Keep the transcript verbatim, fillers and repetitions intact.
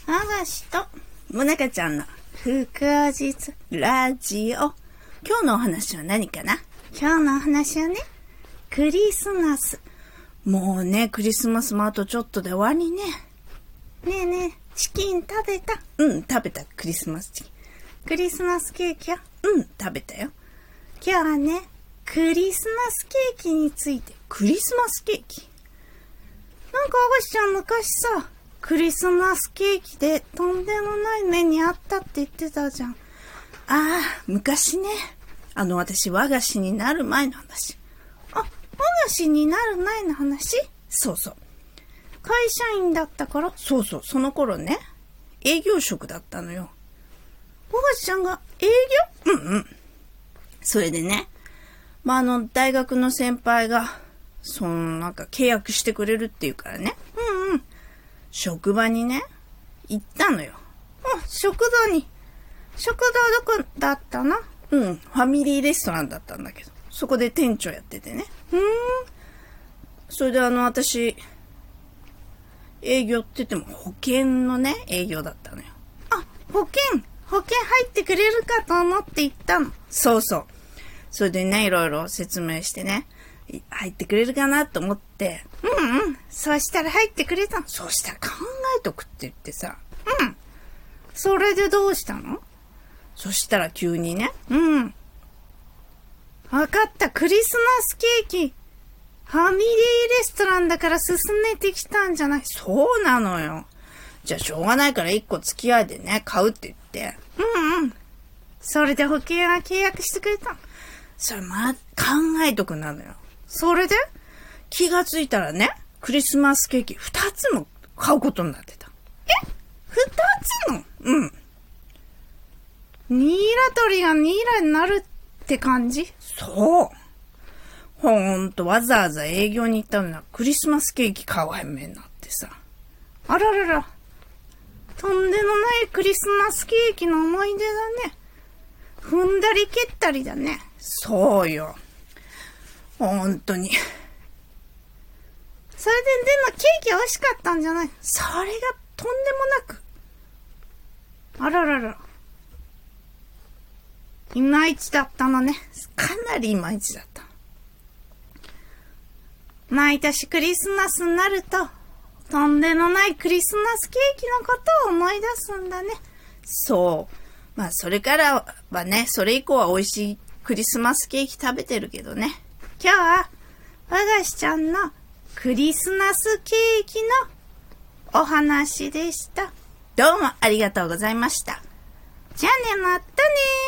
和菓子ともなかちゃんの福日ラジオ。今日のお話は何かな？今日のお話はね、クリスマス。もうね、クリスマスもあとちょっとで終わりね。ねえねえ、チキン食べた？うん、食べた。クリスマスチキン。クリスマスケーキは？うん、食べたよ。今日はね、クリスマスケーキについて。クリスマスケーキ？なんか和菓子ちゃん昔さ、クリスマスケーキでとんでもない目にあったって言ってたじゃん。ああ、昔ね。あの、私、和菓子になる前の話。あ、和菓子になる前の話？そうそう。会社員だったから？そうそう、その頃ね、営業職だったのよ。和菓子ちゃんが営業？うんうん。それでね、まあ、あの、大学の先輩が、その、なんか契約してくれるっていうからね。うんうん。職場にね、行ったのよ。あ、食堂に。食堂どこだったの？うん、ファミリーレストランだったんだけど、そこで店長やっててね。うーん。それであの、私、営業って言っても保険のね、営業だったのよ。あ、保険、保険入ってくれるかと思って行ったの。そうそう。それでね、いろいろ説明してね、入ってくれるかなと思って、うんうん、そうしたら入ってくれたの。そうしたら考えとくって言ってさ、うん。それでどうしたの？そしたら急にね、うん。わかった、クリスマスケーキ。ファミリーレストランだから勧めてきたんじゃない？そうなのよ。じゃあしょうがないから一個付き合いでね、買うって言って。うんうん。それで保険は契約してくれたの。それま、考えとくなのよ。それで気がついたらね、クリスマスケーキ二つも買うことになってた。え？二つも？うん。ニラ取りがニラになるって感じ？そう。ほんとわざわざ営業に行ったのにクリスマスケーキ買わへんめになってさ。あららら。とんでもないクリスマスケーキの思い出だね。踏んだり蹴ったりだね。そうよ。ほんとに。それででもケーキ美味しかったんじゃない？それがとんでもなく。あららら。いまいちだったのね。かなりいまいちだった。毎年クリスマスになると、とんでもないクリスマスケーキのことを思い出すんだね。そう。まあそれからはね、それ以降は美味しいクリスマスケーキ食べてるけどね。今日は和菓子ちゃんのクリスマスケーキのお話でした。どうもありがとうございました。じゃあね、またねー。